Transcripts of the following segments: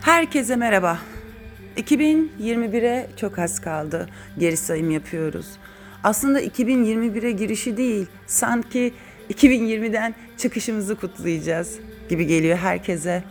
Herkese merhaba. 2021'e çok az kaldı. Geri sayım yapıyoruz. Aslında 2021'e girişi değil, sanki 2020'den çıkışımızı kutlayacağız gibi geliyor herkese.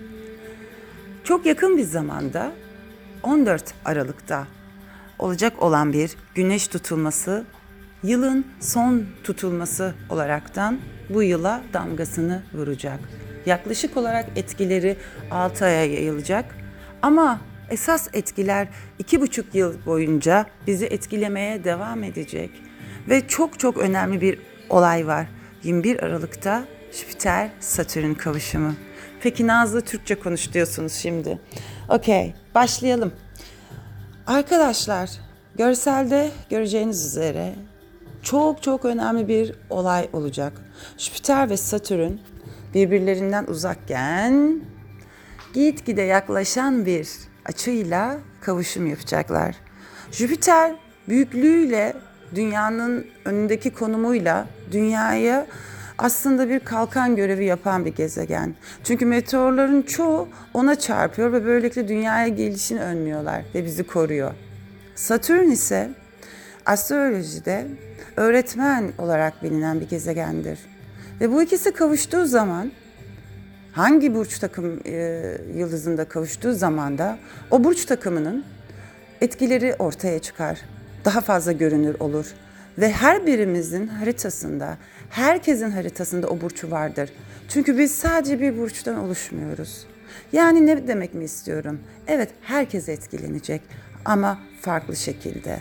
Çok yakın bir zamanda 14 Aralık'ta olacak olan bir güneş tutulması, yılın son tutulması olaraktan bu yıla damgasını vuracak. Yaklaşık olarak etkileri 6 aya yayılacak ama esas etkiler 2,5 yıl boyunca bizi etkilemeye devam edecek. Ve çok çok önemli bir olay var. 21 Aralık'ta Jüpiter-Satürn kavuşumu. Peki Nazlı Türkçe konuş diyorsunuz şimdi. Okey, başlayalım. Arkadaşlar, görselde göreceğiniz üzere çok çok önemli bir olay olacak. Jüpiter ve Satürn birbirlerinden uzakken gitgide yaklaşan bir açıyla kavuşum yapacaklar. Jüpiter büyüklüğüyle, dünyanın önündeki konumuyla dünyaya aslında bir kalkan görevi yapan bir gezegen. Çünkü meteorların çoğu ona çarpıyor ve böylelikle dünyaya gelişini önlüyorlar ve bizi koruyor. Satürn ise astrolojide öğretmen olarak bilinen bir gezegendir. Ve bu ikisi kavuştuğu zaman hangi burç takım yıldızında kavuştuğu zaman da o burç takımının etkileri ortaya çıkar. Daha fazla görünür olur. Ve her birimizin haritasında, herkesin haritasında o burcu vardır. Çünkü biz sadece bir burçtan oluşmuyoruz. Yani ne demek mi istiyorum? Evet, herkes etkilenecek ama farklı şekilde.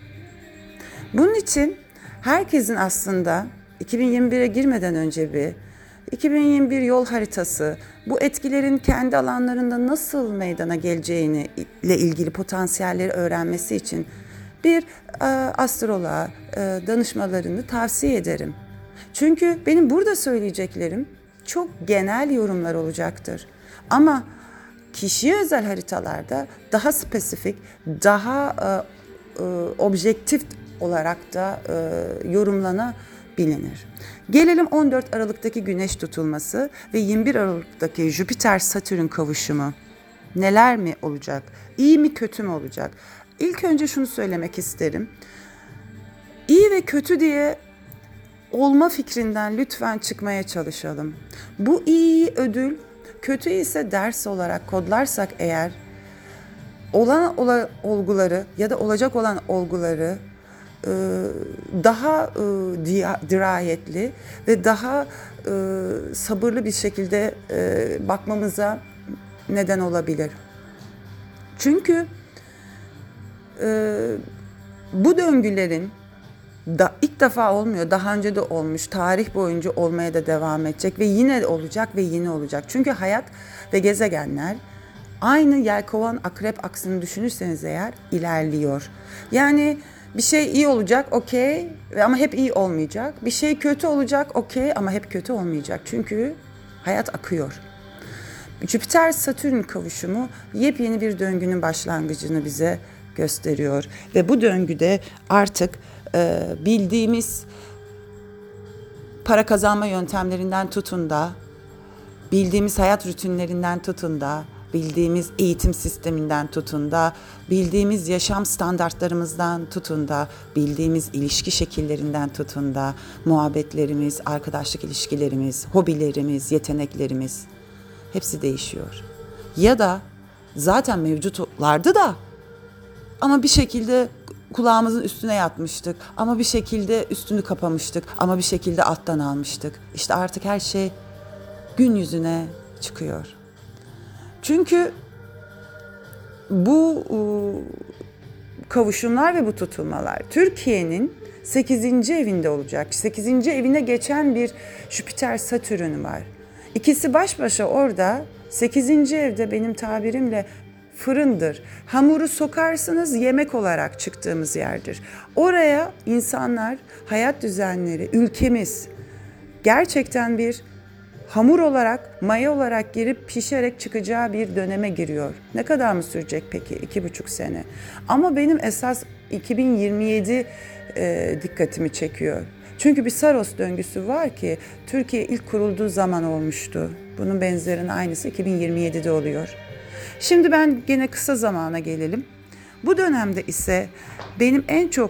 Bunun için herkesin aslında 2021'e girmeden önce bir 2021 yol haritası, bu etkilerin kendi alanlarında nasıl meydana geleceğini ile ilgili potansiyelleri öğrenmesi için bir astroloğa danışmalarını tavsiye ederim. Çünkü benim burada söyleyeceklerim çok genel yorumlar olacaktır. Ama kişiye özel haritalarda daha spesifik, daha objektif olarak da yorumlanabilir. Gelelim 14 Aralık'taki güneş tutulması ve 21 Aralık'taki Jüpiter-Satürn kavuşumu. Neler mi olacak? İyi mi kötü mü olacak? İlk önce şunu söylemek isterim. İyi ve kötü diye olma fikrinden lütfen çıkmaya çalışalım. Bu iyi ödül, kötü ise ders olarak kodlarsak eğer olan olguları ya da olacak olan olguları daha dirayetli ve daha sabırlı bir şekilde bakmamıza neden olabilir. Çünkü bu döngülerin ilk defa olmuyor, daha önce de olmuş, tarih boyunca olmaya da devam edecek ve yine olacak ve yine olacak. Çünkü hayat ve gezegenler aynı yelkovan akrep aksını düşünürseniz eğer ilerliyor. Yani bir şey iyi olacak, okey, ama hep iyi olmayacak. Bir şey kötü olacak, okey, ama hep kötü olmayacak. Çünkü hayat akıyor. Jüpiter-Satürn kavuşumu yepyeni bir döngünün başlangıcını bize gösteriyor. Ve bu döngüde artık bildiğimiz para kazanma yöntemlerinden tutun da, bildiğimiz hayat rutinlerinden tutun da, bildiğimiz eğitim sisteminden tutun da, bildiğimiz yaşam standartlarımızdan tutun da, bildiğimiz ilişki şekillerinden tutun da, muhabbetlerimiz, arkadaşlık ilişkilerimiz, hobilerimiz, yeteneklerimiz hepsi değişiyor. Ya da zaten mevcutlardı da ama bir şekilde kulağımızın üstüne yatmıştık, ama bir şekilde üstünü kapamıştık, ama bir şekilde alttan almıştık. İşte artık her şey gün yüzüne çıkıyor. Çünkü bu kavuşumlar ve bu tutulmalar Türkiye'nin 8. evinde olacak. 8. evine geçen bir Jüpiter-Satürn var. İkisi baş başa orada. 8. evde benim tabirimle fırındır. Hamuru sokarsınız, yemek olarak çıktığımız yerdir. Oraya insanlar, hayat düzenleri, ülkemiz gerçekten bir hamur olarak, maya olarak girip pişerek çıkacağı bir döneme giriyor. Ne kadar mı sürecek peki? 2,5 sene. Ama benim esas 2027 dikkatimi çekiyor. Çünkü bir Saros döngüsü var ki Türkiye ilk kurulduğu zaman olmuştu. Bunun benzerinin aynısı 2027'de oluyor. Şimdi ben gene kısa zamana gelelim. Bu dönemde ise benim en çok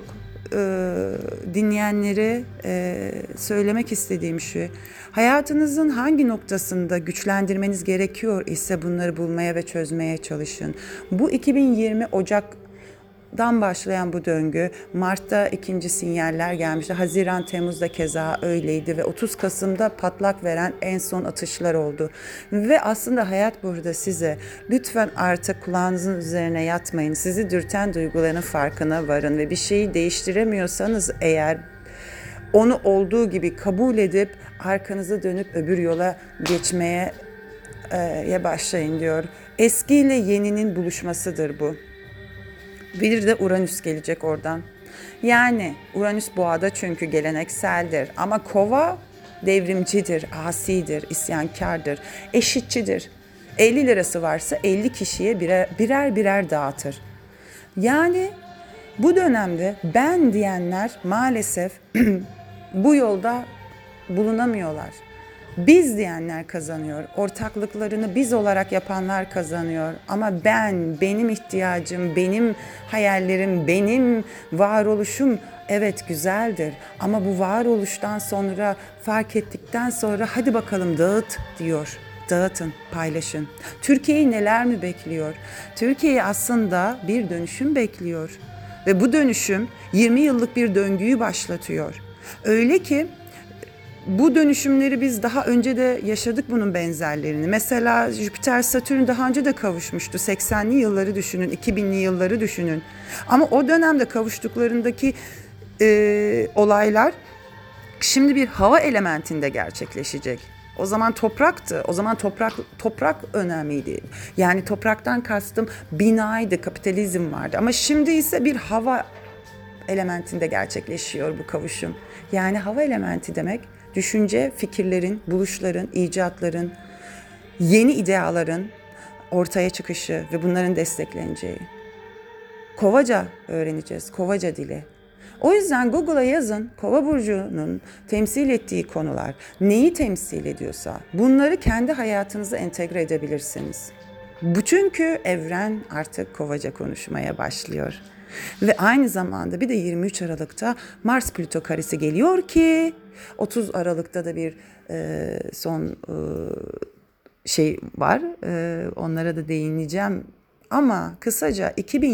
dinleyenlere söylemek istediğim şu: hayatınızın hangi noktasında güçlendirmeniz gerekiyor ise bunları bulmaya ve çözmeye çalışın. Bu 2020 Ocak'dan başlayan bu döngü, Mart'ta ikinci sinyaller gelmişti. Haziran, Temmuz'da keza öyleydi ve 30 Kasım'da patlak veren en son atışlar oldu. Ve aslında hayat burada size lütfen artık kulağınızın üzerine yatmayın. Sizi dürten duyguların farkına varın ve bir şeyi değiştiremiyorsanız eğer onu olduğu gibi kabul edip arkanızı dönüp öbür yola geçmeye başlayın diyor. Eskiyle yeninin buluşmasıdır bu. Bir de Uranüs gelecek oradan. Yani Uranüs boğada çünkü gelenekseldir. Ama kova devrimcidir, asidir, isyankardır, eşitçidir. 50 lirası varsa 50 kişiye birer dağıtır. Yani bu dönemde ben diyenler maalesef bu yolda bulunamıyorlar. Biz diyenler kazanıyor. Ortaklıklarını biz olarak yapanlar kazanıyor. Ama benim ihtiyacım, benim hayallerim, benim varoluşum evet güzeldir. Ama bu varoluştan sonra, fark ettikten sonra hadi bakalım dağıt diyor. Dağıtın, paylaşın. Türkiye'yi neler mi bekliyor? Türkiye'yi aslında bir dönüşüm bekliyor. Ve bu dönüşüm 20 yıllık bir döngüyü başlatıyor. Öyle ki bu dönüşümleri biz daha önce de yaşadık, bunun benzerlerini. Mesela Jüpiter Satürn daha önce de kavuşmuştu. 80'li yılları düşünün, 2000'li yılları düşünün. Ama o dönemde kavuştuklarındaki olaylar şimdi bir hava elementinde gerçekleşecek. O zaman topraktı. O zaman toprak önemliydi. Yani topraktan kastım binaydı, kapitalizm vardı. Ama şimdi ise bir hava elementinde gerçekleşiyor bu kavuşum. Yani hava elementi demek düşünce, fikirlerin, buluşların, icatların, yeni ideaların ortaya çıkışı ve bunların destekleneceği. Kovaca öğreneceğiz, Kovaca dili. O yüzden Google'a yazın, Kova burcunun temsil ettiği konular neyi temsil ediyorsa bunları kendi hayatınıza entegre edebilirsiniz. Bu çünkü evren artık Kovaca konuşmaya başlıyor. Ve aynı zamanda bir de 23 Aralık'ta Mars Plüto karesi geliyor ki 30 Aralık'ta da bir son şey var. Onlara da değineceğim. Ama kısaca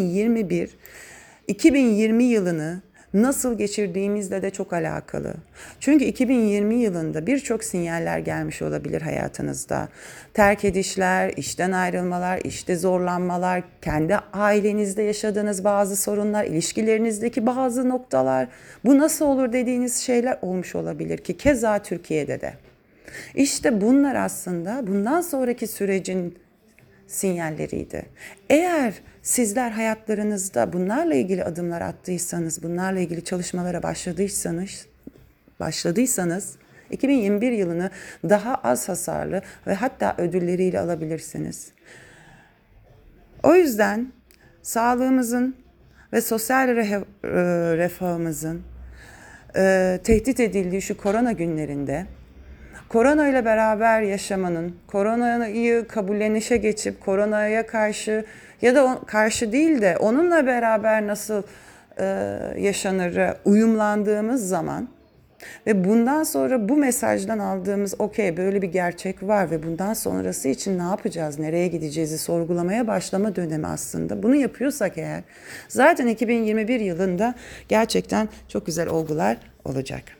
2020 yılını nasıl geçirdiğimizle de çok alakalı. Çünkü 2020 yılında birçok sinyaller gelmiş olabilir hayatınızda. Terk edişler, işten ayrılmalar, işte zorlanmalar, kendi ailenizde yaşadığınız bazı sorunlar, ilişkilerinizdeki bazı noktalar. Bu nasıl olur dediğiniz şeyler olmuş olabilir ki keza Türkiye'de de. İşte bunlar aslında bundan sonraki sürecin sinyalleriydi. Eğer sizler hayatlarınızda bunlarla ilgili adımlar attıysanız, bunlarla ilgili çalışmalara başladıysanız 2021 yılını daha az hasarlı ve hatta ödülleriyle alabilirsiniz. O yüzden sağlığımızın ve sosyal refahımızın tehdit edildiği şu korona günlerinde korona ile beraber yaşamanın, koronayı kabullenişe geçip koronaya karşı ya da karşı değil de onunla beraber nasıl yaşanır uyumlandığımız zaman ve bundan sonra bu mesajdan aldığımız okey böyle bir gerçek var ve bundan sonrası için ne yapacağız, nereye gideceğizi sorgulamaya başlama dönemi aslında. Bunu yapıyorsak eğer zaten 2021 yılında gerçekten çok güzel olgular olacak.